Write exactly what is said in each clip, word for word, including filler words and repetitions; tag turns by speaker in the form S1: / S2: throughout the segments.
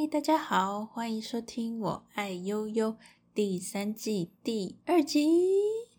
S1: 大家好，欢迎收听我爱悠悠第三季第二集。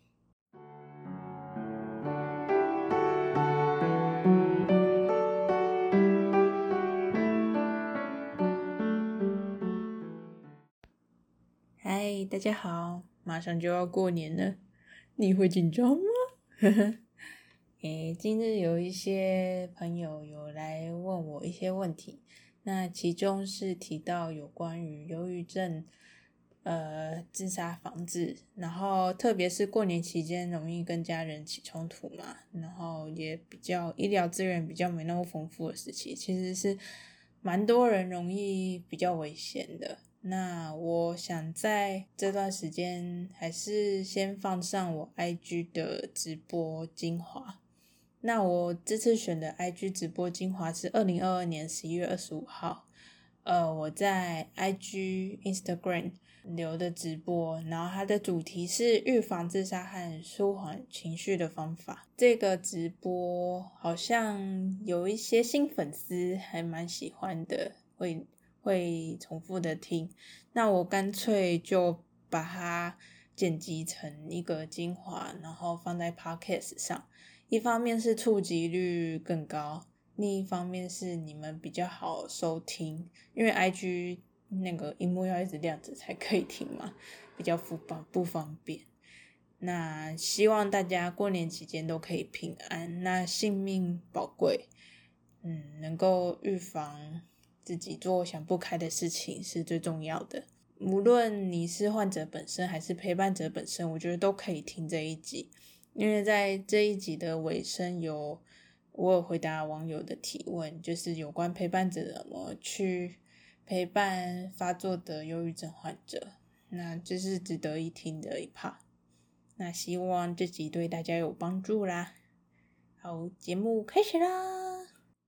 S1: 嗨，大家好，马上就要过年了，你会紧张吗？诶，今日有一些朋友有来问我一些问题，那其中是提到有关于忧郁症呃自杀防治，然后特别是过年期间容易跟家人起冲突嘛，然后也比较医疗资源比较没那么丰富的时期，其实是蛮多人容易比较危险的。那我想在这段时间还是先放上我 I G 的直播精华。那我这次选的 I G 直播精华是二零二二年十一月二十五号，呃，我在 I G、Instagram 留的直播，然后它的主题是预防自杀和舒缓情绪的方法。这个直播好像有一些新粉丝还蛮喜欢的，会会重复的听，那我干脆就把它剪辑成一个精华，然后放在 Podcast 上。一方面是触及率更高，另一方面是你们比较好收听，因为 I G 那个萤幕要一直亮着才可以听嘛，比较不方不方便。那希望大家过年期间都可以平安，那性命宝贵，嗯，能够预防自己做想不开的事情是最重要的。无论你是患者本身还是陪伴者本身，我觉得都可以听这一集。因为在这一集的尾声有我有回答网友的提问，就是有关陪伴者怎么去陪伴发作的忧郁症患者，那这是值得一听的一 part。 那希望这集对大家有帮助啦。好，节目开始啦。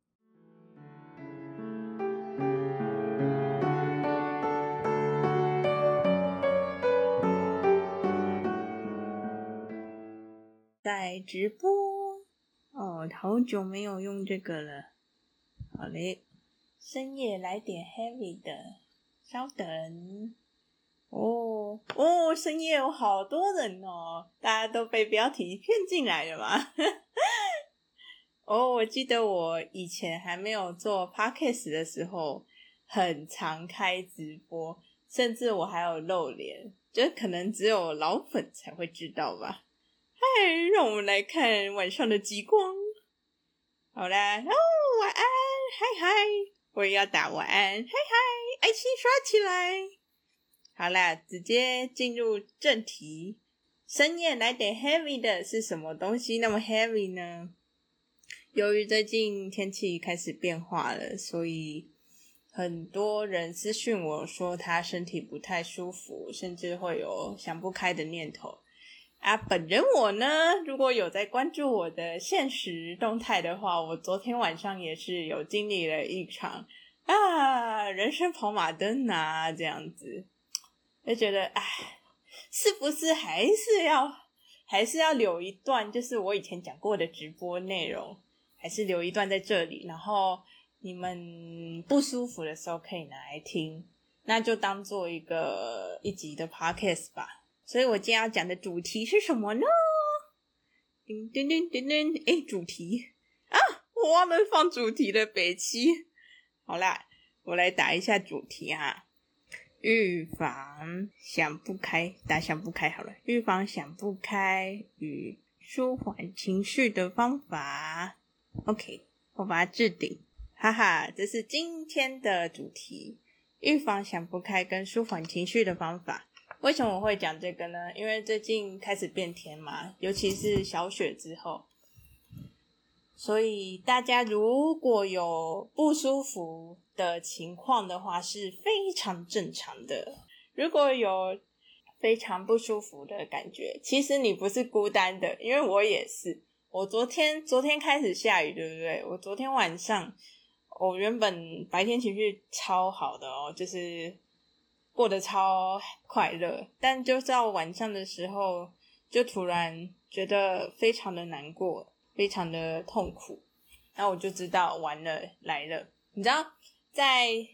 S1: 在直播哦，好久没有用这个了。好嘞，深夜来点 heavy 的，稍等。哦哦，深夜有好多人哦，大家都被标题骗进来了吗？哦，我记得我以前还没有做 podcast 的时候，很常开直播，甚至我还有露脸，就可能只有老粉才会知道吧。嗨，让我们来看晚上的极光。好啦，哦，晚安，嗨嗨，我也要打晚安，嗨嗨，爱心刷起来。好啦，直接进入正题。深夜来点 heavy 的是什么东西那么 heavy 呢？由于最近天气开始变化了，所以很多人私讯我说他身体不太舒服，甚至会有想不开的念头。啊，本人我呢，如果有在关注我的现实动态的话，我昨天晚上也是有经历了一场啊人生跑马灯啊这样子，就觉得哎，是不是还是要还是要留一段，就是我以前讲过的直播内容，还是留一段在这里，然后你们不舒服的时候可以拿来听，那就当做一个一集的 podcast 吧。所以我今天要讲的主题是什么呢？叮叮叮叮叮，诶，主题啊，我忘了放主题的北七。好啦，我来打一下主题哈。预防想不开，打想不开好了。预防想不开与舒缓情绪的方法。OK， 我把它置顶。哈哈，这是今天的主题。预防想不开跟舒缓情绪的方法。为什么我会讲这个呢？因为最近开始变天嘛，尤其是小雪之后，所以大家如果有不舒服的情况的话是非常正常的。如果有非常不舒服的感觉，其实你不是孤单的，因为我也是。我昨天昨天开始下雨，对不对？我昨天晚上我原本白天情绪超好的哦，就是过得超快乐，但就到晚上的时候就突然觉得非常的难过，非常的痛苦，然后我就知道完了来了。你知道在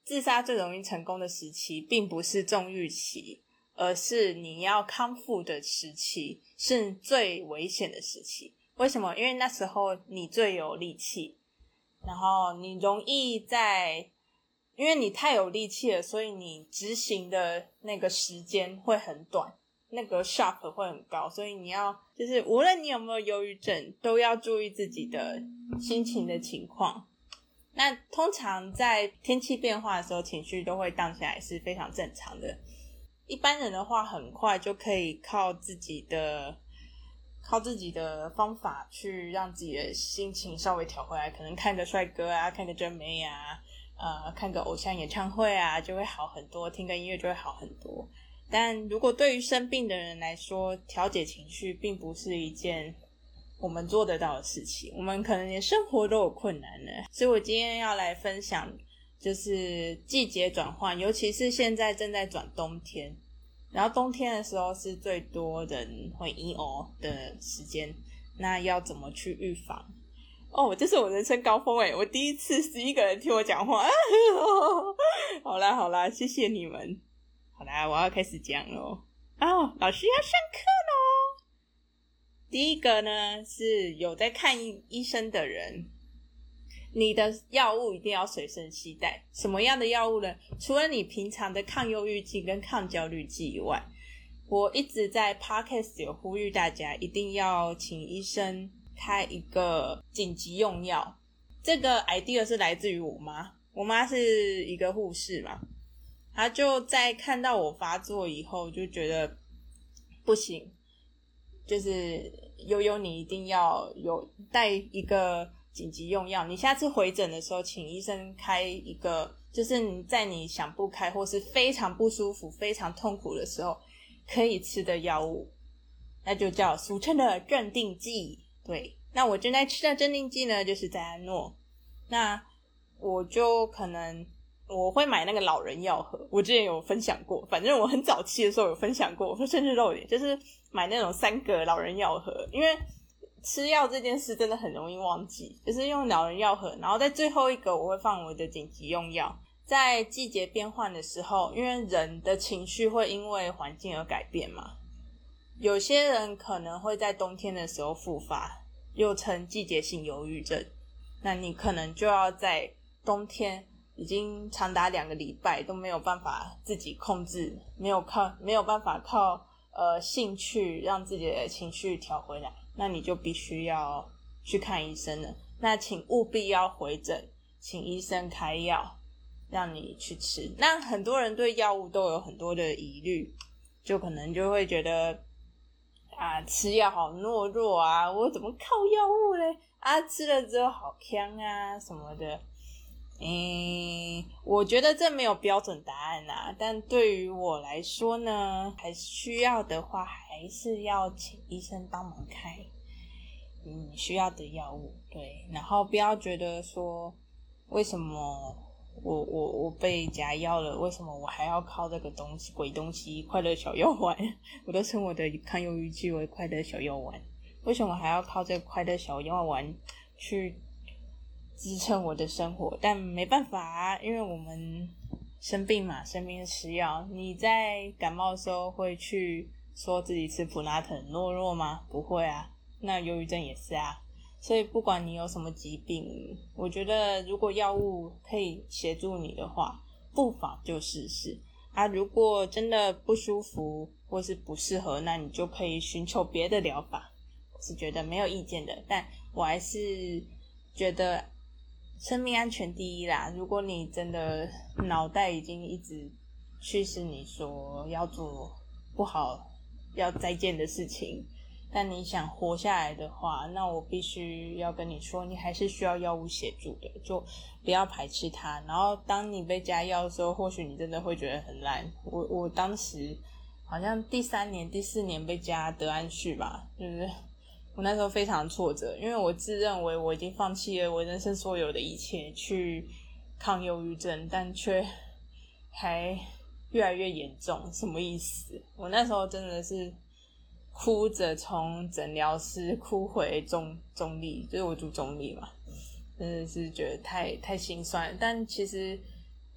S1: 自杀最容易成功的时期并不是纵欲期，而是你要康复的时期，是最危险的时期。为什么？因为那时候你最有力气，然后你容易在，因为你太有力气了，所以你执行的那个时间会很短，那个 sharp 会很高，所以你要就是无论你有没有忧郁症，都要注意自己的心情的情况。那通常在天气变化的时候，情绪都会荡下来，是非常正常的。一般人的话，很快就可以靠自己的靠自己的方法去让自己的心情稍微调回来，可能看个帅哥啊，看个正妹啊，呃，看个偶像演唱会啊，就会好很多，听个音乐就会好很多。但如果对于生病的人来说，调节情绪并不是一件我们做得到的事情，我们可能连生活都有困难了。所以我今天要来分享就是季节转换，尤其是现在正在转冬天，然后冬天的时候是最多人会 emo 的时间，那要怎么去预防？哦，这是我人生高峰诶，我第一次十一个人听我讲话好啦好啦，谢谢你们。好啦，我要开始讲咯。哦，老师要上课咯。第一个呢，是有在看医生的人，你的药物一定要随身携带。什么样的药物呢？除了你平常的抗忧郁剂跟抗焦虑剂以外，我一直在 podcast 有呼吁大家一定要请医生开一个紧急用药。这个 idea 是来自于我妈，我妈是一个护士嘛，她就在看到我发作以后就觉得不行，就是悠悠你一定要有带一个紧急用药，你下次回诊的时候请医生开一个，就是你在你想不开或是非常不舒服非常痛苦的时候可以吃的药物，那就叫俗称的镇定剂。对，那我正在吃的镇定剂呢就是赞安诺，那我就可能我会买那个老人药盒，我之前有分享过，反正我很早期的时候有分享过，我说甚至漏点就是买那种三个老人药盒，因为吃药这件事真的很容易忘记，就是用老人药盒，然后在最后一个我会放我的紧急用药。在季节变换的时候，因为人的情绪会因为环境而改变嘛，有些人可能会在冬天的时候复发，又称季节性忧郁症，那你可能就要在冬天已经长达两个礼拜都没有办法自己控制，没有靠没有办法靠呃兴趣让自己的情绪调回来，那你就必须要去看医生了。那请务必要回诊，请医生开药让你去吃。那很多人对药物都有很多的疑虑，就可能就会觉得啊，吃药好懦弱啊，我怎么靠药物嘞？啊，吃了之后好呛啊什么的。嗯，我觉得这没有标准答案啦，但对于我来说呢，还需要的话还是要请医生帮忙开嗯需要的药物。对，然后不要觉得说为什么我我我被夹药了，为什么我还要靠这个东西鬼东西快乐小药丸我都称我的抗忧郁剂为快乐小药丸，为什么还要靠这个快乐小药丸去支撑我的生活？但没办法啊，因为我们生病嘛，生病吃药。你在感冒的时候会去说自己吃普拿疼懦弱吗？不会啊。那忧郁症也是啊。所以不管你有什么疾病，我觉得如果药物可以协助你的话，不妨就试试啊。如果真的不舒服或是不适合，那你就可以寻求别的疗法，我是觉得没有意见的。但我还是觉得生命安全第一啦。如果你真的脑袋已经一直驱使你说要做不好要再见的事情，但你想活下来的话，那我必须要跟你说，你还是需要药物协助的，就不要排斥它。然后当你被加药的时候，或许你真的会觉得很烂。我我当时好像第三年第四年被加德安旭吧，就是我那时候非常挫折，因为我自认为我已经放弃了我人生所有的一切去抗忧郁症，但却还越来越严重。什么意思？我那时候真的是哭着从诊疗室哭回中中立，就是我住中立嘛，真的是觉得太太心酸了。但其实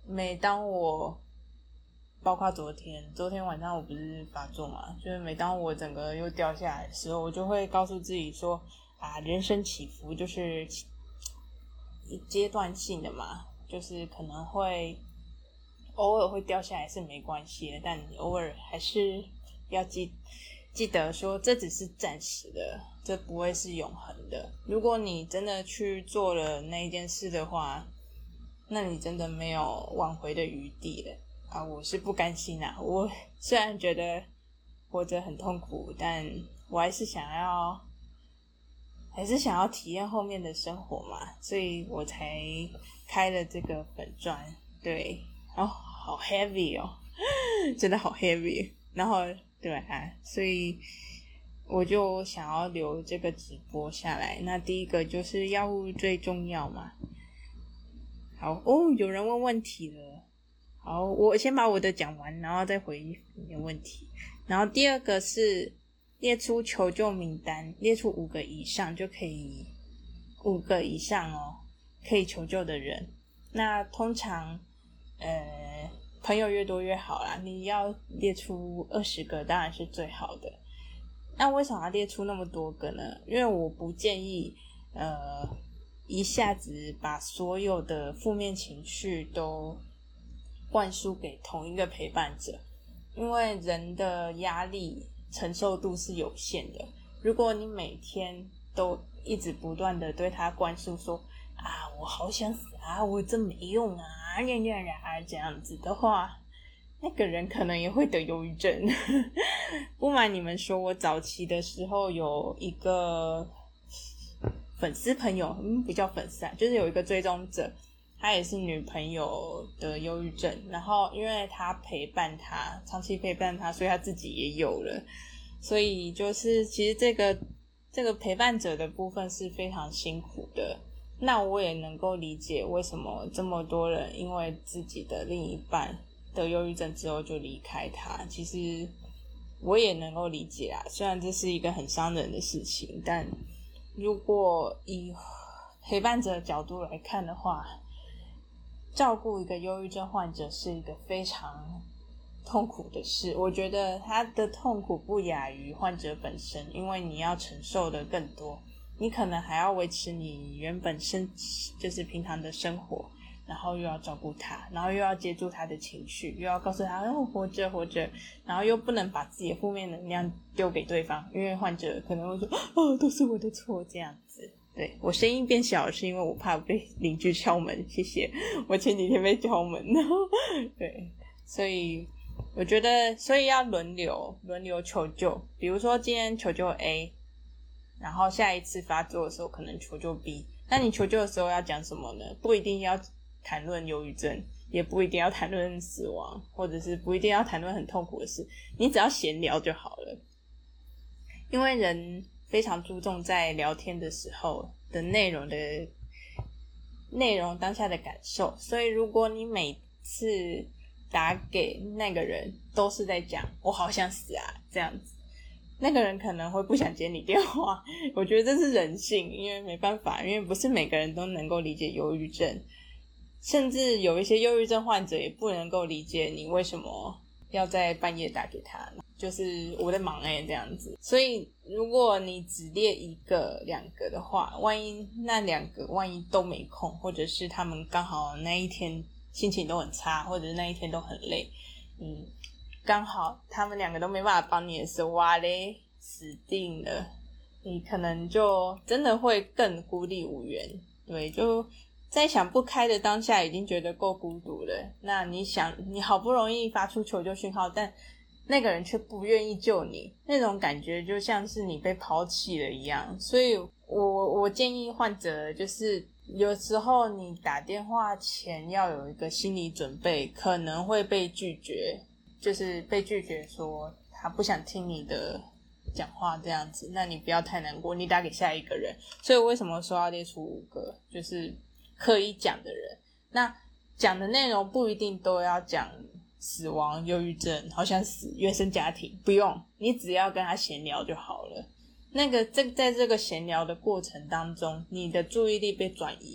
S1: 每当我包括昨天昨天晚上我不是发作嘛，就是每当我整个又掉下来的时候，我就会告诉自己说啊，人生起伏就是阶段性的嘛，就是可能会偶尔会掉下来是没关系的，但你偶尔还是要记记得说这只是暂时的，这不会是永恒的。如果你真的去做了那一件事的话，那你真的没有挽回的余地了啊！我是不甘心啊，我虽然觉得活着很痛苦，但我还是想要还是想要体验后面的生活嘛，所以我才开了这个粉专。对，然后好 heavy 哦，真的好 heavy。然后对啊，所以我就想要留这个直播下来。那第一个就是药物最重要嘛。好哦，有人问问题了。好，我先把我的讲完，然后再回你的问题。然后第二个是列出求救名单，列出五个以上就可以，五个以上哦，可以求救的人。那通常，呃，朋友越多越好啦。你要列出二十个，当然是最好的。那为什么要列出那么多个呢？因为我不建议，呃。一下子把所有的负面情绪都灌输给同一个陪伴者，因为人的压力承受度是有限的。如果你每天都一直不断的对他灌输说啊，我好想死啊，我真没用啊，这样子的话，那个人可能也会得忧郁症。不瞒你们说，我早期的时候有一个粉丝朋友，嗯，不叫粉丝啊，就是有一个追踪者，他也是女朋友的忧郁症，然后因为他陪伴他，长期陪伴他，所以他自己也有了，所以就是其实这个这个陪伴者的部分是非常辛苦的。那我也能够理解为什么这么多人因为自己的另一半得忧郁症之后就离开他，其实我也能够理解啊，虽然这是一个很伤人的事情，但如果以陪伴者的角度来看的话，照顾一个忧郁症患者是一个非常痛苦的事。我觉得他的痛苦不亚于患者本身，因为你要承受的更多，你可能还要维持你原本生就是平常的生活，然后又要照顾他，然后又要接住他的情绪，又要告诉他哦活着活着，然后又不能把自己的负面能量丢给对方，因为患者可能会说哦都是我的错这样子。对，我声音变小是因为我怕被邻居敲门，谢谢。我前几天被敲门，然后对，所以我觉得所以要轮流轮流求救，比如说今天求救 A， 然后下一次发作的时候可能求救 B。 那你求救的时候要讲什么呢？不一定要谈论忧郁症，也不一定要谈论死亡，或者是不一定要谈论很痛苦的事，你只要闲聊就好了。因为人非常注重在聊天的时候的内容的内容当下的感受，所以如果你每次打给那个人都是在讲我好想死啊这样子，那个人可能会不想接你电话。我觉得这是人性，因为没办法，因为不是每个人都能够理解忧郁症，甚至有一些忧郁症患者也不能够理解你为什么要在半夜打给他，就是我在忙欸这样子。所以如果你只列一个两个的话，万一那两个万一都没空，或者是他们刚好那一天心情都很差，或者是那一天都很累，嗯，刚好他们两个都没办法帮你的时候，哇嘞，死定了，你可能就真的会更孤立无援。对，就在想不开的当下已经觉得够孤独了，那你想你好不容易发出求救讯号，但那个人却不愿意救你，那种感觉就像是你被抛弃了一样。所以我我建议患者就是有时候你打电话前要有一个心理准备，可能会被拒绝，就是被拒绝说他不想听你的讲话这样子，那你不要太难过，你打给下一个人。所以为什么说要列出五个就是可以讲的人，那讲的内容不一定都要讲死亡、忧郁症、好想死、原生家庭，不用，你只要跟他闲聊就好了。那个在在这个闲聊的过程当中，你的注意力被转移，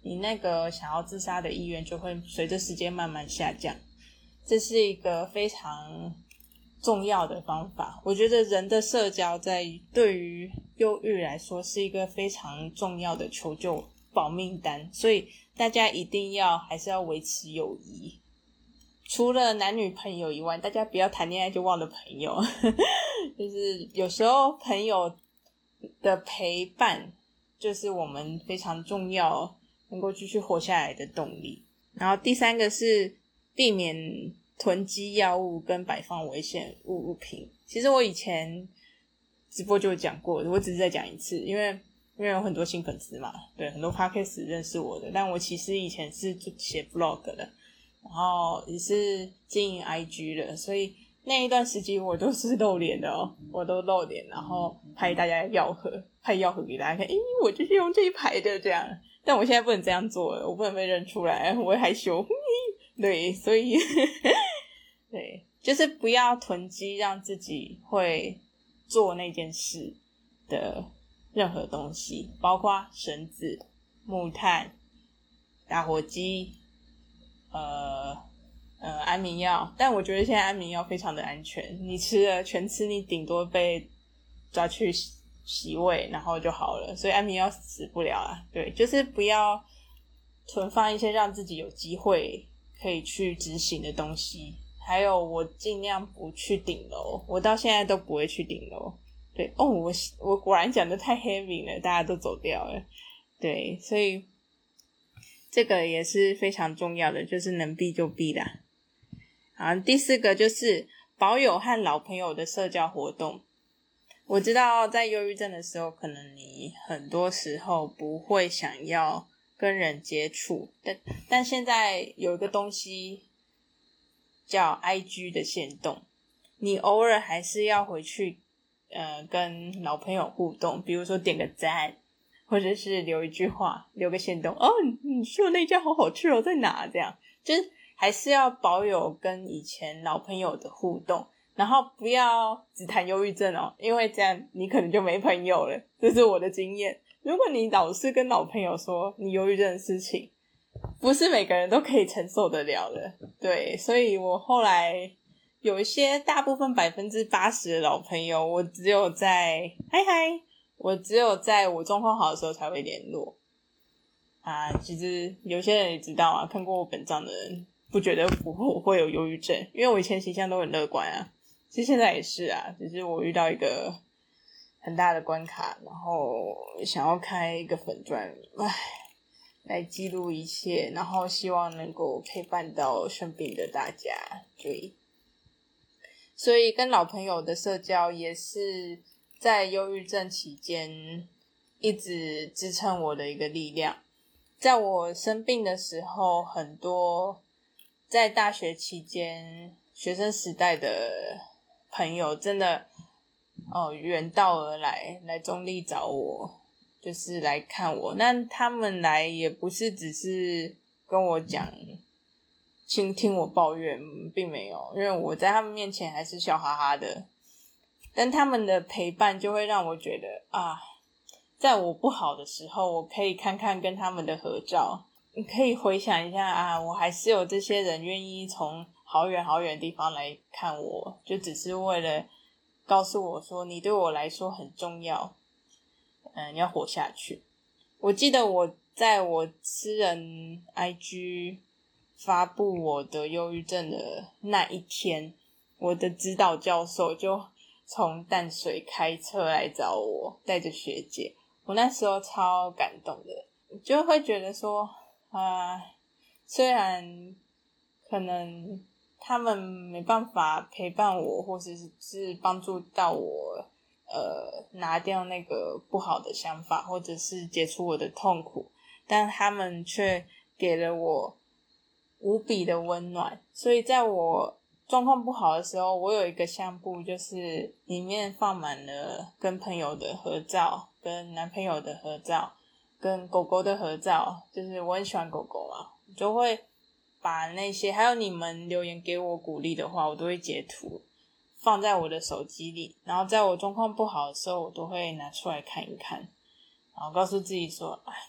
S1: 你那个想要自杀的意愿就会随着时间慢慢下降。这是一个非常重要的方法。我觉得人的社交在对于忧郁来说是一个非常重要的求救保命单，所以大家一定要还是要维持友谊。除了男女朋友以外，大家不要谈恋爱就忘了朋友就是有时候朋友的陪伴就是我们非常重要能够继续活下来的动力。然后第三个是避免囤积药物跟摆放危险物物品。其实我以前直播就有讲过，我只是再讲一次，因为因为有很多新粉丝嘛，对，很多 podcast 认识我的，但我其实以前是写 vlog 的，然后也是经营 I G 的，所以那一段时期我都是露脸的哦，我都露脸，然后拍大家药盒，拍药盒给大家看，诶，我就是用这一排的这样。但我现在不能这样做了，我不能被认出来，我会害羞。对，所以对，就是不要囤积让自己会做那件事的任何东西，包括绳子、木炭、打火机、呃呃安眠药。但我觉得现在安眠药非常的安全，你吃了全吃，你顶多被抓去洗洗胃然后就好了，所以安眠药死不了啊。对，就是不要囤放一些让自己有机会可以去执行的东西。还有我尽量不去顶楼，我到现在都不会去顶楼。对哦，我我果然讲的太 heavy 了，大家都走掉了。对，所以这个也是非常重要的，就是能避就避啦。好，第四个就是保有和老朋友的社交活动。我知道在忧郁症的时候，可能你很多时候不会想要跟人接触，但但现在有一个东西叫 I G 的限动，你偶尔还是要回去呃跟老朋友互动，比如说点个赞，或者是留一句话，留个限动，哦，你说那家好好吃哦，在哪？这样就是还是要保有跟以前老朋友的互动。然后不要只谈忧郁症哦，因为这样你可能就没朋友了，这是我的经验。如果你老是跟老朋友说你忧郁症的事情，不是每个人都可以承受得了的。对，所以我后来有一些大部分百分之八十的老朋友，我只有在嗨嗨，我只有在我状况好的时候才会联络啊。其实有些人也知道啊，看过我本账的人不觉得我会有忧郁症，因为我以前形象都很乐观啊。其实现在也是啊，只是我遇到一个很大的关卡，然后想要开一个粉专，唉，来记录一切，然后希望能够陪伴到生病的大家。对，所以跟老朋友的社交也是在忧郁症期间一直支撑我的一个力量。在我生病的时候，很多在大学期间学生时代的朋友真的哦远道而来，来中立找我，就是来看我。那他们来也不是只是跟我讲倾听我抱怨，并没有，因为我在他们面前还是笑哈哈的。但他们的陪伴就会让我觉得啊，在我不好的时候，我可以看看跟他们的合照，你可以回想一下啊，我还是有这些人愿意从好远好远的地方来看我，就只是为了告诉我说你对我来说很重要，嗯，要活下去。我记得我在我私人 I G 发布我的忧郁症的那一天，我的指导教授就从淡水开车来找我，带着学姐。我那时候超感动的，就会觉得说啊，虽然可能他们没办法陪伴我，或者是帮助到我呃拿掉那个不好的想法，或者是解除我的痛苦，但他们却给了我无比的温暖。所以在我状况不好的时候，我有一个相簿，就是里面放满了跟朋友的合照，跟男朋友的合照，跟狗狗的合照，就是我很喜欢狗狗嘛，就会把那些还有你们留言给我鼓励的话，我都会截图放在我的手机里，然后在我状况不好的时候，我都会拿出来看一看，然后告诉自己说，哎，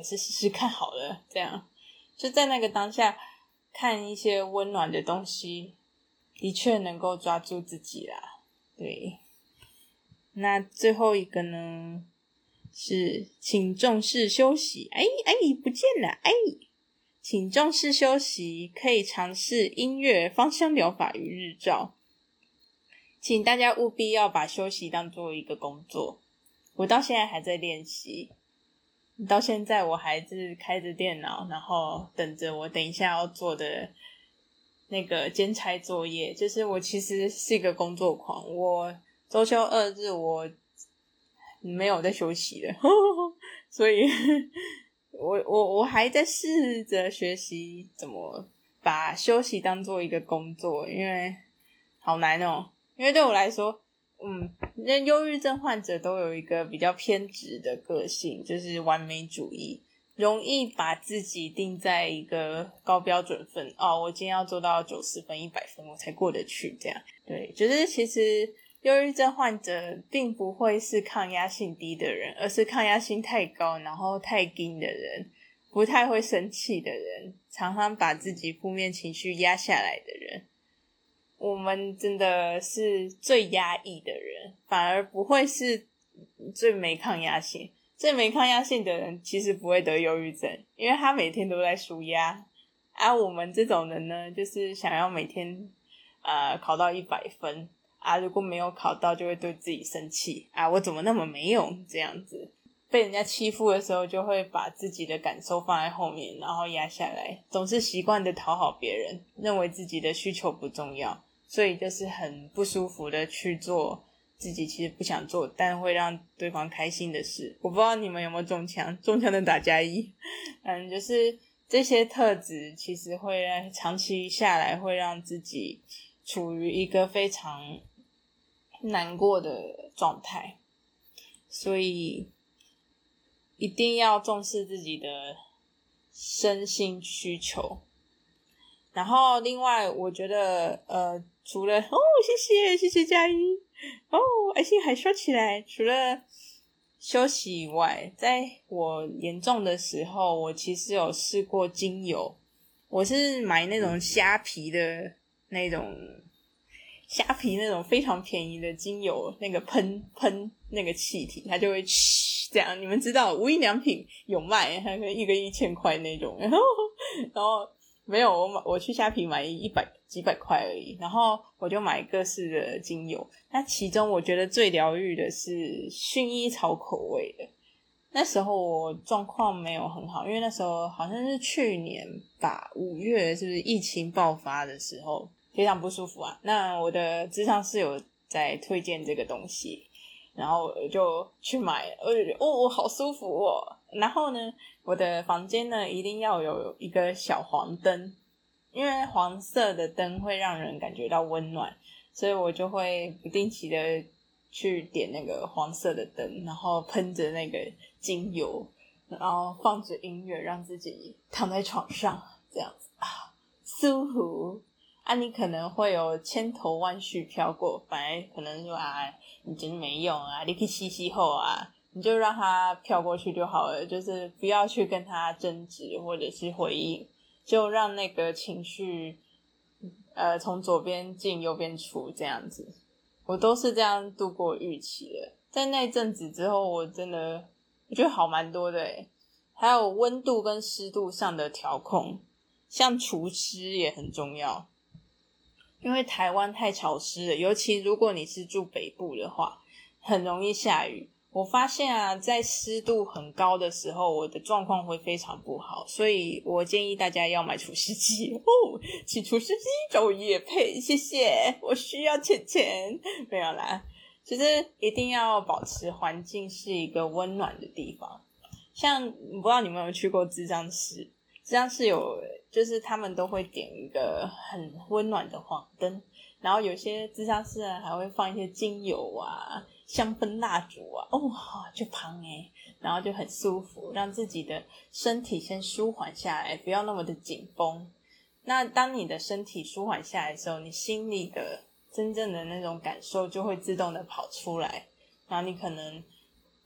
S1: 还是试试看好了，这样就在那个当下看一些温暖的东西，的确能够抓住自己啦。对，那最后一个呢是请重视休息。哎哎，不见了，哎，请重视休息，可以尝试音乐、芳香疗法与日照。请大家务必要把休息当做一个工作。我到现在还在练习，到现在我还是开着电脑，然后等着我等一下要做的那个兼差作业。就是我其实是一个工作狂，我周休二日我没有在休息的，所以我我我还在试着学习怎么把休息当做一个工作，因为好难哦。因为对我来说，嗯，那忧郁症患者都有一个比较偏执的个性，就是完美主义，容易把自己定在一个高标准分。哦，我今天要做到九十分、一百分，我才过得去。这样，对，就是其实忧郁症患者并不会是抗压性低的人，而是抗压性太高，然后太硬的人，不太会生气的人，常常把自己负面情绪压下来的人。我们真的是最压抑的人，反而不会是最没抗压性。最没抗压性的人其实不会得忧郁症，因为他每天都在抒压。啊，我们这种人呢，就是想要每天呃考到一百分啊，如果没有考到就会对自己生气啊，我怎么那么没用这样子。被人家欺负的时候就会把自己的感受放在后面，然后压下来，总是习惯的讨好别人，认为自己的需求不重要，所以就是很不舒服的去做自己其实不想做但会让对方开心的事。我不知道你们有没有中枪，中枪的打加一。嗯，就是这些特质其实会长期下来会让自己处于一个非常难过的状态，所以一定要重视自己的身心需求。然后另外我觉得呃，除了哦谢谢谢谢佳一哦爱心还刷起来，除了休息以外，在我严重的时候我其实有试过精油。我是买那种虾皮的那种虾皮那种非常便宜的精油，那个喷喷那个气体它就会嘘这样，你们知道无印良品有卖，它可以一个一千块那种，然后然后没有我买我去虾皮买一百几百块而已，然后我就买各式的精油。那其中我觉得最疗愈的是薰衣草口味的。那时候我状况没有很好，因为那时候好像是去年吧，五月是不是疫情爆发的时候，非常不舒服啊。那我的咨商室有在推荐这个东西，然后我就去买了，我就觉得哦好舒服哦。然后呢我的房间呢一定要有一个小黄灯，因为黄色的灯会让人感觉到温暖，所以我就会不定期的去点那个黄色的灯，然后喷着那个精油，然后放着音乐，让自己躺在床上这样子啊，舒服啊。你可能会有千头万绪飘过，本来可能说啊你真没用啊，你可以吸吸后啊，你就让它飘过去就好了，就是不要去跟它争执或者是回应，就让那个情绪呃从左边进右边出这样子。我都是这样度过预期的。在那阵子之后我真的我觉得好蛮多的耶。还有温度跟湿度上的调控，像除湿也很重要，因为台湾太潮湿了，尤其如果你是住北部的话很容易下雨。我发现啊在湿度很高的时候我的状况会非常不好，所以我建议大家要买除湿机哦，请除湿机找我业配，谢谢，我需要钱钱。没有啦，就是一定要保持环境是一个温暖的地方。像不知道你们有没有去过咨商室，咨商室有就是他们都会点一个很温暖的黄灯，然后有些咨商室呢还会放一些精油啊香氛蜡烛啊，哦就香耶，然后就很舒服，让自己的身体先舒缓下来，不要那么的紧绷。那当你的身体舒缓下来的时候，你心里的真正的那种感受就会自动的跑出来，然后你可能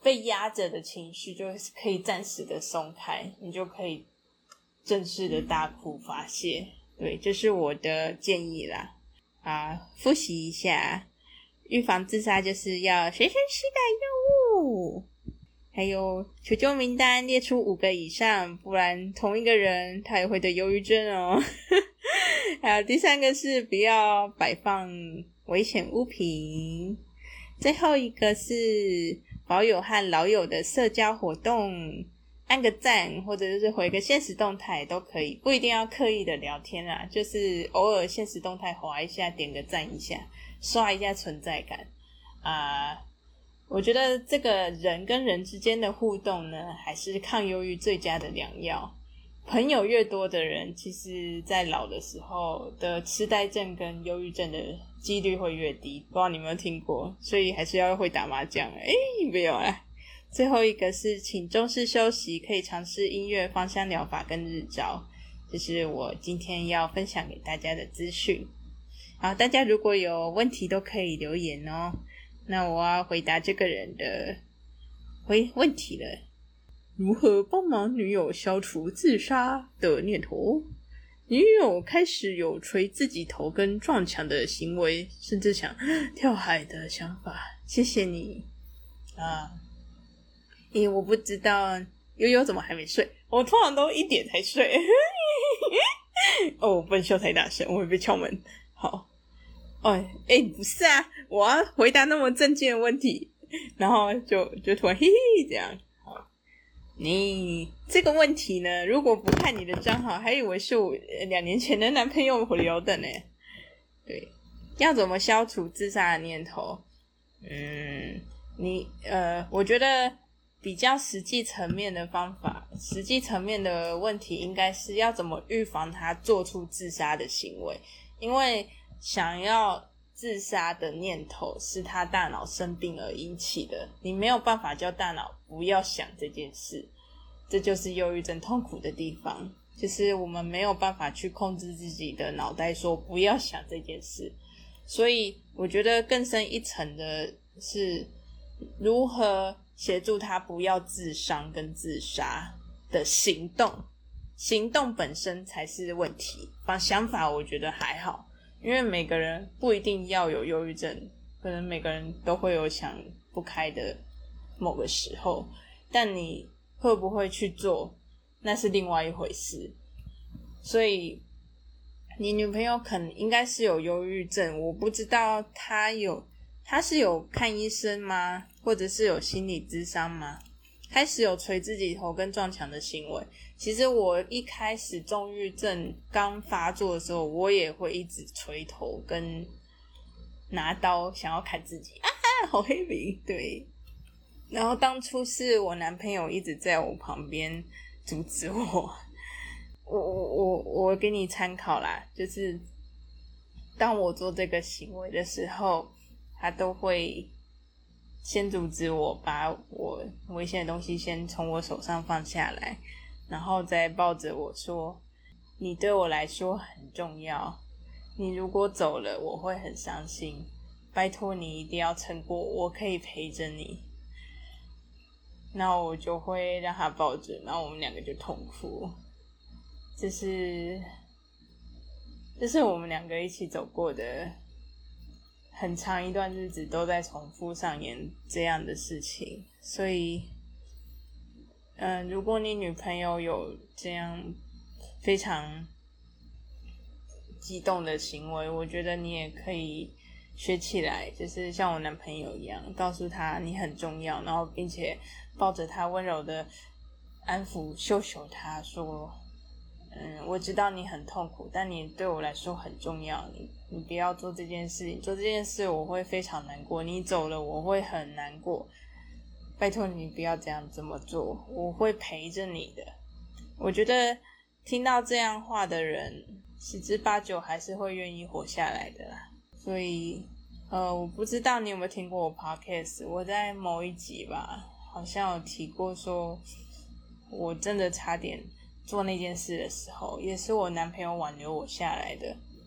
S1: 被压着的情绪就可以暂时的松开，你就可以正式的大哭发泄。对，这是我的建议啦。啊，复习一下，预防自杀就是要随身携带药物，还有求救名单列出五个以上，不然同一个人他也会得忧郁症哦。还有第三个是不要摆放危险物品，最后一个是保有和老友的社交活动，按个赞或者是回个限时动态都可以，不一定要刻意的聊天啦，就是偶尔限时动态滑一下，点个赞一下，刷一下存在感啊、呃。我觉得这个人跟人之间的互动呢，还是抗忧郁最佳的良药。朋友越多的人，其实在老的时候的痴呆症跟忧郁症的几率会越低，不知道你有没有听过，所以还是要会打麻将。诶没有啦。最后一个是请重视休息，可以尝试音乐、芳香疗法跟日照，这是我今天要分享给大家的资讯。好，大家如果有问题都可以留言哦。那我要回答这个人的回问题了。如何帮忙女友消除自杀的念头？女友开始有捶自己头跟撞墙的行为，甚至想跳海的想法。谢谢你啊！咦，我不知道悠悠怎么还没睡？我通常都一点才睡。哦，不能笑太大声，我会被敲门。好，哦，哎，不是啊，我要回答那么正经的问题，然后就就突然嘿嘿这样。你这个问题呢，如果不看你的账号，还以为是我两年前的男朋友留的呢。对，要怎么消除自杀的念头？嗯，你呃，我觉得比较实际层面的方法，实际层面的问题应该是要怎么预防他做出自杀的行为，因为想要自杀的念头是他大脑生病而引起的，你没有办法叫大脑不要想这件事，这就是忧郁症痛苦的地方，就是我们没有办法去控制自己的脑袋说不要想这件事。所以我觉得更深一层的是如何协助他不要自伤跟自杀的行动，行动本身才是问题，把想法我觉得还好，因为每个人不一定要有忧郁症，可能每个人都会有想不开的某个时候，但你会不会去做，那是另外一回事。所以你女朋友可能应该是有忧郁症，我不知道她有，她是有看医生吗？或者是有心理咨商吗？开始有捶自己头跟撞墙的行为。其实我一开始重郁症刚发作的时候，我也会一直捶头跟拿刀想要砍自己啊，好 heavy。 对，然后当初是我男朋友一直在我旁边阻止我，我我我我给你参考啦，就是当我做这个行为的时候，他都会先阻止我把我危险的东西先从我手上放下来，然后再抱着我说，你对我来说很重要，你如果走了我会很伤心，拜托你一定要撑过，我可以陪着你。那我就会让他抱着，然后我们两个就痛哭。这是这是我们两个一起走过的很长一段日子，都在重复上演这样的事情。所以嗯、呃，如果你女朋友有这样非常激动的行为，我觉得你也可以学起来，就是像我男朋友一样，告诉他你很重要，然后并且抱着他温柔的安抚秀秀他说，嗯，我知道你很痛苦，但你对我来说很重要，你你不要做这件事，你做这件事我会非常难过，你走了我会很难过，拜托你不要这样这么做，我会陪着你的。我觉得听到这样话的人十之八九还是会愿意活下来的啦。所以呃，我不知道你有没有听过我 podcast， 我在某一集吧好像有提过说，我真的差点做那件事的时候，也是我男朋友挽留我下来的。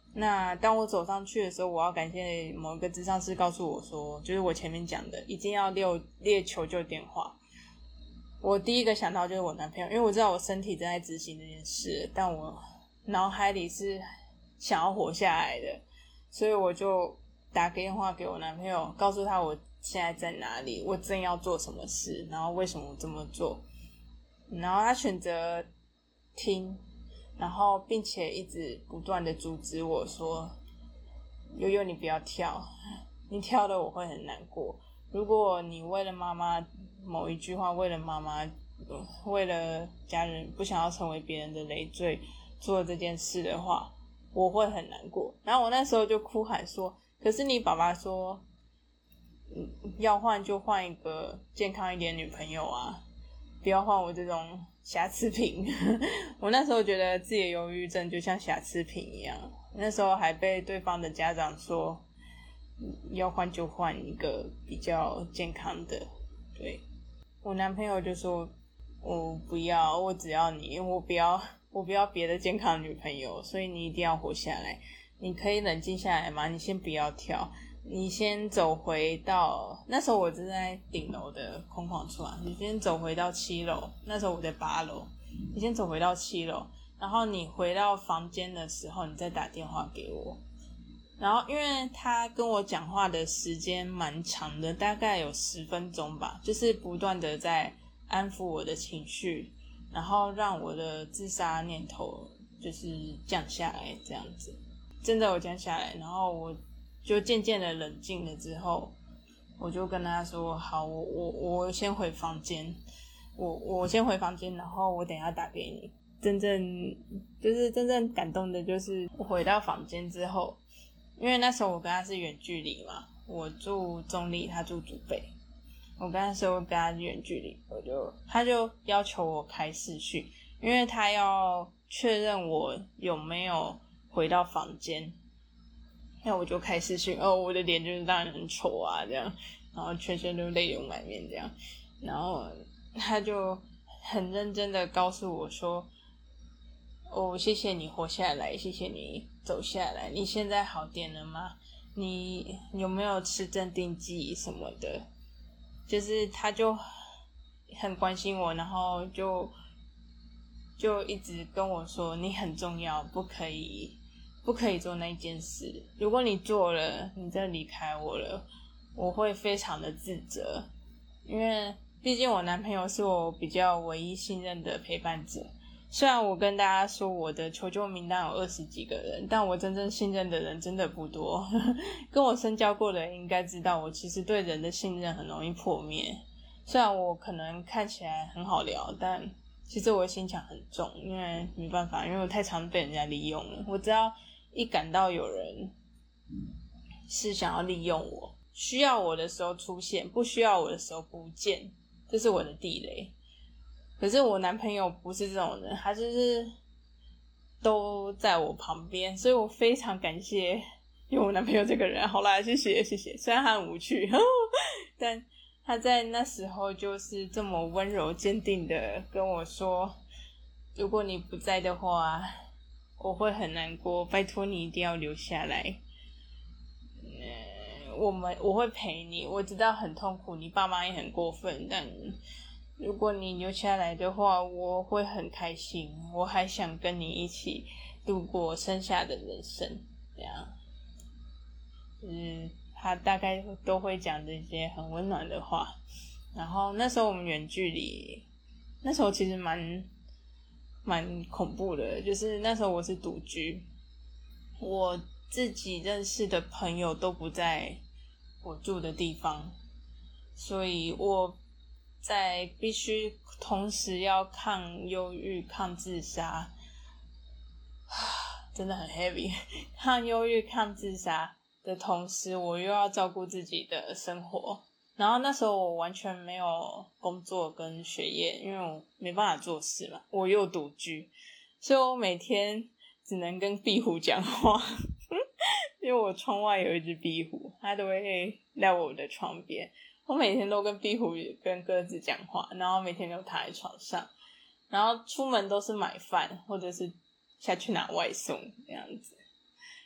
S1: 那当我走上去的时候，我要感谢某一个咨商师告诉我说，就是我前面讲的，一定要列列求救电话。我第一个想到就是我男朋友，因为我知道我身体正在执行这件事，但我脑海里是想要活下来的，所以我就打个电话给我男朋友，告诉他我现在在哪里，我正要做什么事，然后为什么我这么做。然后他选择听，然后并且一直不断的阻止我说，悠悠你不要跳，你跳了我会很难过，如果你为了妈妈某一句话，为了妈妈为了家人不想要成为别人的累赘做这件事的话，我会很难过。然后我那时候就哭喊说，可是你爸爸说要换就换一个健康一点女朋友啊，不要换我这种瑕疵品。我那时候觉得自己的忧郁症就像瑕疵品一样，那时候还被对方的家长说要换就换一个比较健康的。对，我男朋友就说我不要，我只要你，我不要我不要别的健康的女朋友，所以你一定要活下来，你可以冷静下来吗？你先不要跳，你先走回到，那时候我正在顶楼的空旷处啊，你先走回到七楼，那时候我在八楼，你先走回到七楼，然后你回到房间的时候你再打电话给我。然后因为他跟我讲话的时间蛮长的，大概有十分钟吧，就是不断的在安抚我的情绪，然后让我的自杀念头就是降下来这样子。真的有降下来，然后我就渐渐的冷静了之后，我就跟他说好，我我我先回房间，我我先回房间，然后我等一下打给你。真正就是真正感动的就是我回到房间之后，因为那时候我跟他是远距离嘛，我住中立，他住竹北，我跟他说跟他远距离，我就他就要求我开视讯，因为他要确认我有没有回到房间，那我就开视讯，哦，我的脸就是当然很丑啊，这样，然后全身都泪流满面这样，然后他就很认真的告诉我说，哦，谢谢你活下来，谢谢你走下来，你现在好点了吗？你有没有吃镇定剂什么的？就是他就很关心我，然后就就一直跟我说你很重要，不可以不可以做那件事，如果你做了，你再离开我了，我会非常的自责，因为毕竟我男朋友是我比较唯一信任的陪伴者。虽然我跟大家说我的求救名单有二十几个人，但我真正信任的人真的不多。跟我深交过的人应该知道，我其实对人的信任很容易破灭。虽然我可能看起来很好聊，但其实我的心墙很重，因为没办法，因为我太常被人家利用了。我只要一感到有人是想要利用我，需要我的时候出现，不需要我的时候不见，这是我的地雷。可是我男朋友不是这种人，他就是都在我旁边，所以我非常感谢有我男朋友这个人。好啦，谢谢谢谢，虽然他很无趣，但他在那时候就是这么温柔坚定的跟我说，如果你不在的话，我会很难过，拜托你一定要留下来。嗯，我们我会陪你，我知道很痛苦，你爸妈也很过分，但如果你留下来的话，我会很开心，我还想跟你一起度过剩下的人生。这样，就是他大概都会讲这些很温暖的话。然后那时候我们远距离，那时候其实蛮蛮恐怖的，就是那时候我是独居，我自己认识的朋友都不在我住的地方，所以我在必须同时要抗忧郁、抗自杀，真的很 heavy。抗忧郁、抗自杀的同时，我又要照顾自己的生活。然后那时候我完全没有工作跟学业，因为我没办法做事嘛，我又独居，所以我每天只能跟壁虎讲话。因为我窗外有一只壁虎，它都会在我的床边。我每天都跟壁虎跟鸽子讲话，然后每天都躺在床上，然后出门都是买饭或者是下去拿外送这样子。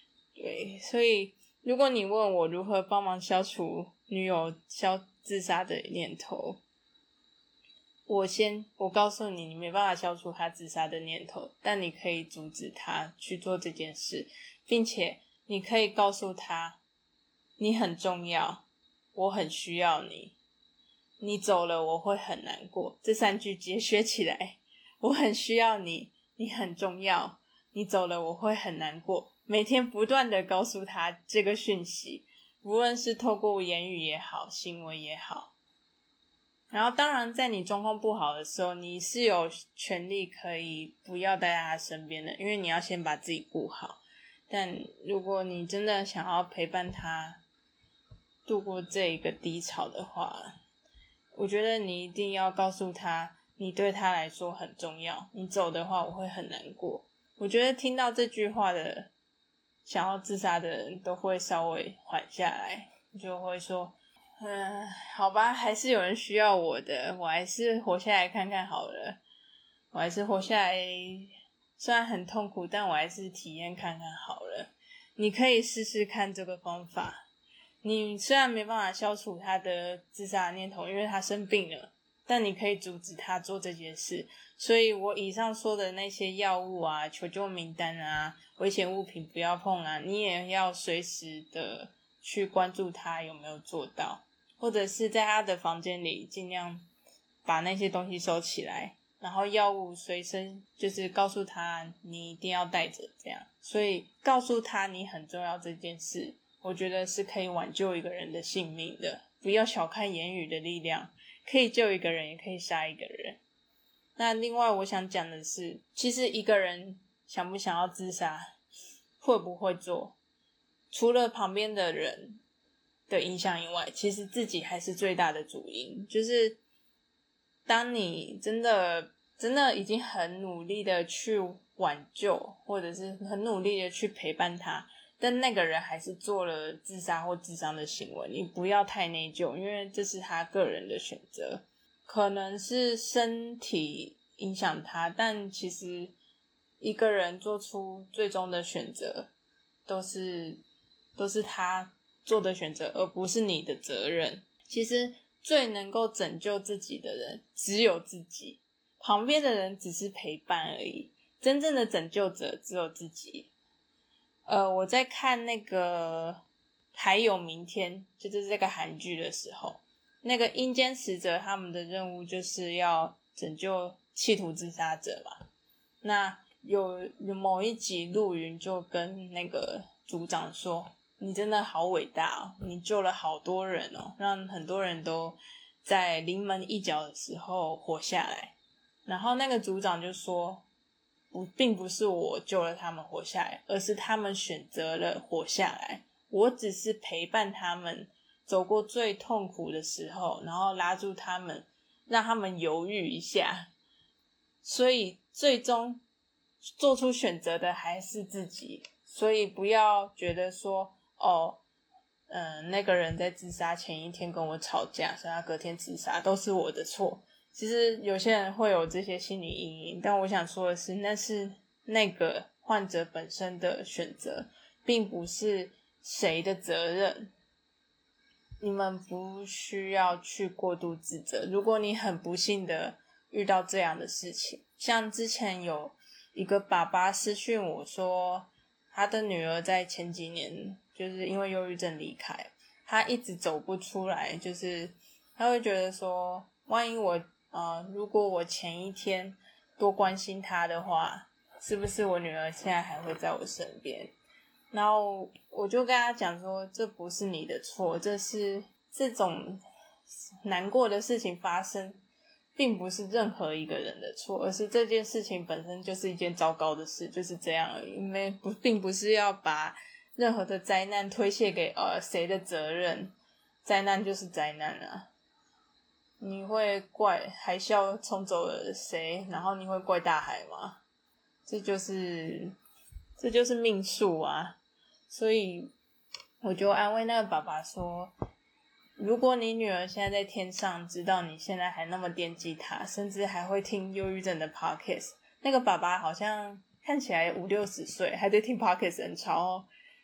S1: 对，所以如果你问我如何帮忙消除女友消自杀的念头，我先我告诉你，你没办法消除她自杀的念头，但你可以阻止她去做这件事，并且你可以告诉她，你很重要，我很需要你，你走了我会很难过。这三句节学起来，我很需要你，你很重要，你走了我会很难过。每天不断的告诉她这个讯息，无论是透过言语也好，行为也好。然后当然在你状况不好的时候，你是有权利可以不要待在他身边的，因为你要先把自己顾好。但如果你真的想要陪伴他度过这一个低潮的话，我觉得你一定要告诉他，你对他来说很重要，你走的话我会很难过。我觉得听到这句话的想要自杀的人都会稍微缓下来，就会说嗯，好吧，还是有人需要我的，我还是活下来看看好了。我还是活下来，虽然很痛苦，但我还是体验看看好了。你可以试试看这个方法。你虽然没办法消除他的自杀的念头，因为他生病了，但你可以阻止他做这件事。所以我以上说的那些药物啊、求救名单啊、危险物品不要碰啊，你也要随时的去关注他有没有做到，或者是在他的房间里尽量把那些东西收起来，然后药物随身就是告诉他你一定要带着这样。所以告诉他你很重要这件事，我觉得是可以挽救一个人的性命的。不要小看言语的力量，可以救一个人也可以杀一个人。那另外我想讲的是，其实一个人想不想要自杀，会不会做，除了旁边的人的影响以外，其实自己还是最大的主因。就是当你真的真的已经很努力的去挽救，或者是很努力的去陪伴他，但那个人还是做了自杀或自伤的行为，你不要太内疚，因为这是他个人的选择。可能是身体影响他，但其实一个人做出最终的选择都是都是他做的选择，而不是你的责任。其实最能够拯救自己的人只有自己，旁边的人只是陪伴而已，真正的拯救者只有自己。呃，我在看那个还有明天，就是这个韩剧的时候，那个阴间使者他们的任务就是要拯救企图自杀者嘛。那有有某一集陆云就跟那个组长说，你真的好伟大哦，你救了好多人哦，让很多人都在临门一脚的时候活下来。然后那个组长就说，不，并不是我救了他们活下来，而是他们选择了活下来，我只是陪伴他们走过最痛苦的时候，然后拉住他们，让他们犹豫一下。所以最终做出选择的还是自己。所以不要觉得说哦嗯，那个人在自杀前一天跟我吵架，所以他隔天自杀，都是我的错。其实有些人会有这些心理阴影，但我想说的是，那是那个患者本身的选择，并不是谁的责任。你们不需要去过度自责。如果你很不幸的遇到这样的事情，像之前有一个爸爸私讯我说，他的女儿在前几年就是因为忧郁症离开，他一直走不出来，就是他会觉得说，万一我呃，如果我前一天多关心他的话，是不是我女儿现在还会在我身边？然后我就跟他讲说，这不是你的错，这是这种难过的事情发生并不是任何一个人的错，而是这件事情本身就是一件糟糕的事，就是这样而已。没不并不是要把任何的灾难推卸给呃谁的责任，灾难就是灾难啊。你会怪海啸冲走了谁，然后你会怪大海吗？这就是这就是命数啊。所以我就安慰那个爸爸说，如果你女儿现在在天上，知道你现在还那么惦记她，甚至还会听忧郁症的 podcast， 那个爸爸好像看起来五六十岁还在听 podcast， 很潮哦。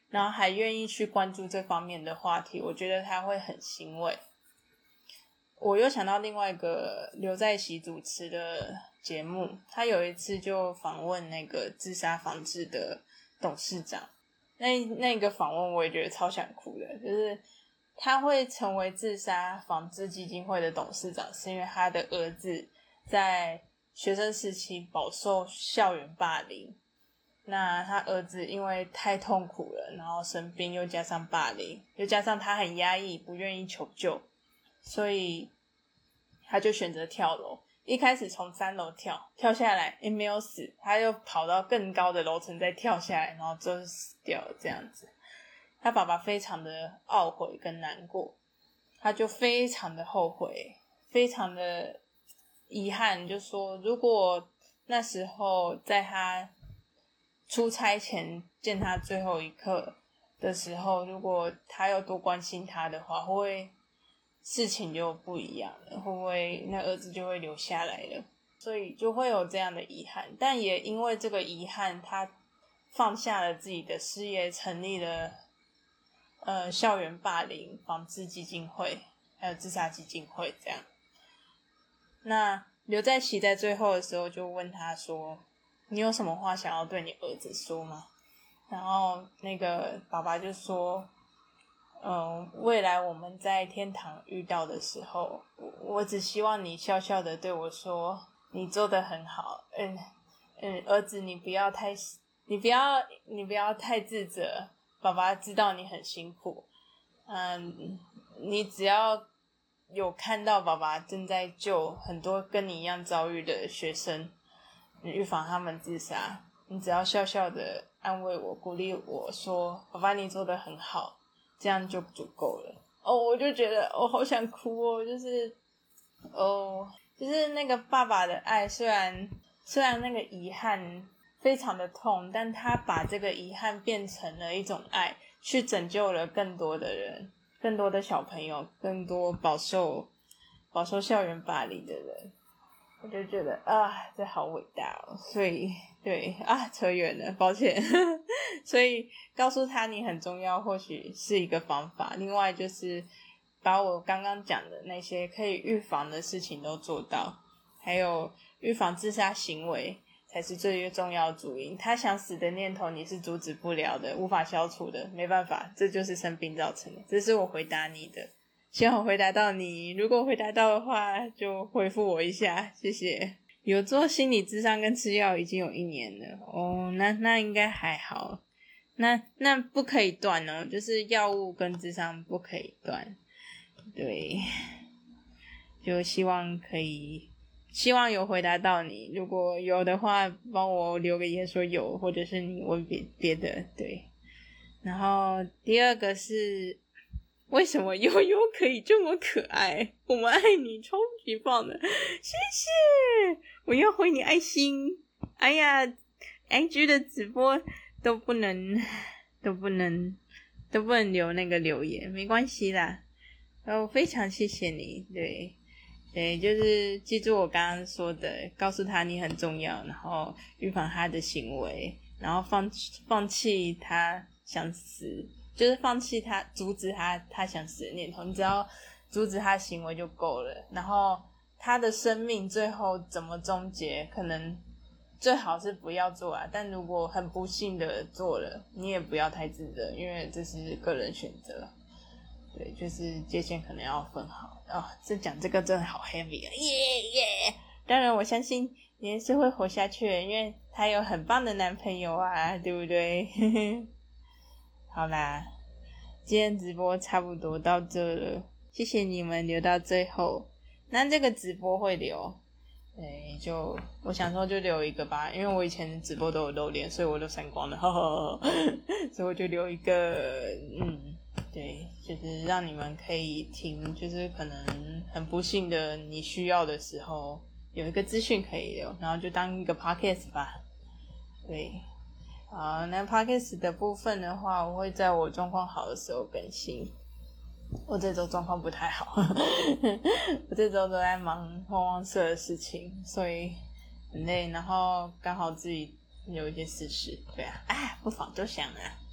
S1: 然后还愿意去关注这方面的话题，我觉得他会很欣慰。我又想到另外一个刘在熙主持的节目，他有一次就访问那个自杀防治的董事长，那那个访问我也觉得超想哭的，就是他会成为自杀防治基金会的董事长，是因为他的儿子在学生时期饱受校园霸凌，那他儿子因为太痛苦了，然后生病又加上霸凌，又加上他很压抑，不愿意求救，所以他就选择跳楼。一开始从三楼跳跳下来也没有死，他又跑到更高的楼层再跳下来，然后就死掉了这样子。他爸爸非常的懊悔跟难过，他就非常的后悔，非常的遗憾，就说如果那时候在他出差前见他最后一刻的时候，如果他有多关心他的话，会不会事情就不一样了，会不会那儿子就会留下来了，所以就会有这样的遗憾。但也因为这个遗憾，他放下了自己的事业，成立了呃校园霸凌防治基金会还有自杀基金会这样。那刘在熙在最后的时候就问他说，你有什么话想要对你儿子说吗？然后那个爸爸就说嗯，未来我们在天堂遇到的时候，我我只希望你笑笑的对我说，你做得很好，嗯嗯，儿子你不要太，你不要你不要太自责，爸爸知道你很辛苦，嗯，你只要有看到爸爸正在救很多跟你一样遭遇的学生，预防他们自杀，你只要笑笑的安慰我，鼓励我说，爸爸你做得很好。这样就足够了哦，我就觉得我、哦、好想哭哦，就是哦，就是那个爸爸的爱，虽然虽然那个遗憾非常的痛，但他把这个遗憾变成了一种爱，去拯救了更多的人，更多的小朋友，更多饱受饱受校园霸凌的人。我就觉得啊，这好伟大哦！所以对啊，扯远了，抱歉。所以告诉他你很重要，或许是一个方法。另外就是把我刚刚讲的那些可以预防的事情都做到，还有预防自杀行为才是最重要的主因。他想死的念头你是阻止不了的，无法消除的，没办法，这就是生病造成的。这是我回答你的。希望我回答到你，如果回答到的话就回复我一下，谢谢。有做心理咨商跟吃药已经有一年了哦，那那应该还好，那那不可以断哦，就是药物跟咨商不可以断，对，就希望可以，希望有回答到你，如果有的话帮我留个言说有，或者是你问别别的，对。然后第二个是为什么悠悠可以这么可爱？我们爱你，超级棒的，谢谢！我要回你爱心。哎呀 ，I G 的直播都不能，都不能，都不能留那个留言，没关系啦。然后非常谢谢你，对，对，就是记住我刚刚说的，告诉他你很重要，然后预防他的行为，然后放放弃他想死。就是放弃他，阻止他他想死的念头，你只要阻止他行为就够了。然后他的生命最后怎么终结，可能最好是不要做啊。但如果很不幸的做了，你也不要太自责，因为这是个人选择。对，就是界限可能要分好。哦，这讲这个真的好 heavy 啊！耶耶！当然我相信你也是会活下去的，因为他有很棒的男朋友啊，对不对？好啦，今天直播差不多到这了，谢谢你们留到最后。那这个直播会留，对，就我想说就留一个吧，因为我以前直播都有露脸，所以我都删光了，呵呵呵，所以我就留一个，嗯，对，就是让你们可以听，就是可能很不幸的你需要的时候有一个资讯可以留，然后就当一个 podcast 吧，对。好，那 podcast 的部分的话，我会在我状况好的时候更新。我这周状况不太好，我这周都在忙旺旺社的事情，所以很累。然后刚好自己有一些私事，对啊，哎，不妨多想啊。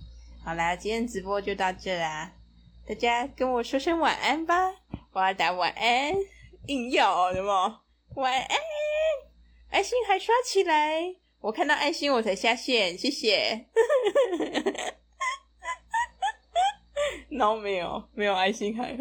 S1: 好啦，今天直播就到这啦，大家跟我说声晚安吧，我要打晚安，硬要有没有？晚安，爱心还刷起来，我看到爱心我才下线，谢谢。然后没有没有爱心海。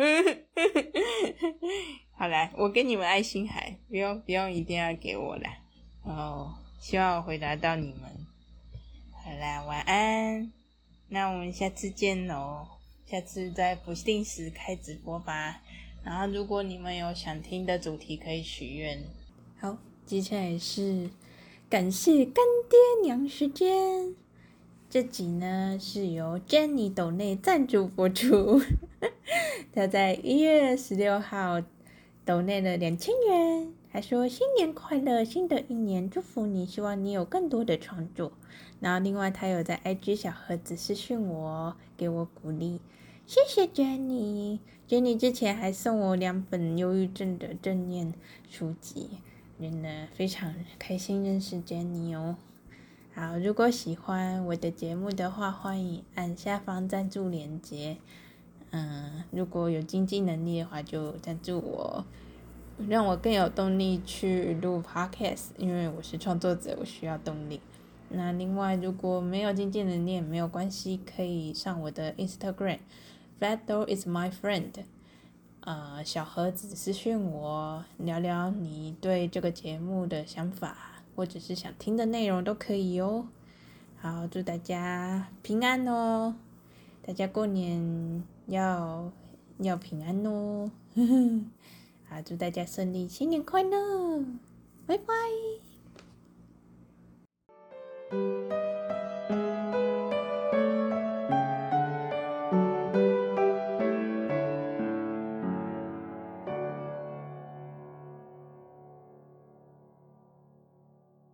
S1: 好啦，我给你们爱心海，不用不用一定要给我啦。哦，希望我回答到你们。好啦，晚安，那我们下次见咯，下次再不定时开直播吧。然后如果你们有想听的主题可以许愿。好，接下来是感谢干爹娘时间。这集呢是由 Jenny 斗内赞助播出，他在一月十六号斗内了两千元，还说新年快乐，新的一年祝福你，希望你有更多的创作。然后另外他有在 I G 小盒子私讯我，给我鼓励，谢谢 Jenny。 Jenny 之前还送我两本忧郁症的正念书籍，真的非常开心认识 Jenny 哦。好，如果喜欢我的节目的话，欢迎按下方赞助连结。嗯，如果有经济能力的话，就赞助我，让我更有动力去录 podcast， 因为我是创作者，我需要动力。那另外，如果没有经济能力也没有关系，可以上我的 Instagram Fat Doll is my friend， 呃，小盒子私讯我，聊聊你对这个节目的想法，或者是想听的内容都可以哦。好，祝大家平安哦，大家过年要要平安哦。好，祝大家顺利，新年快乐，拜拜。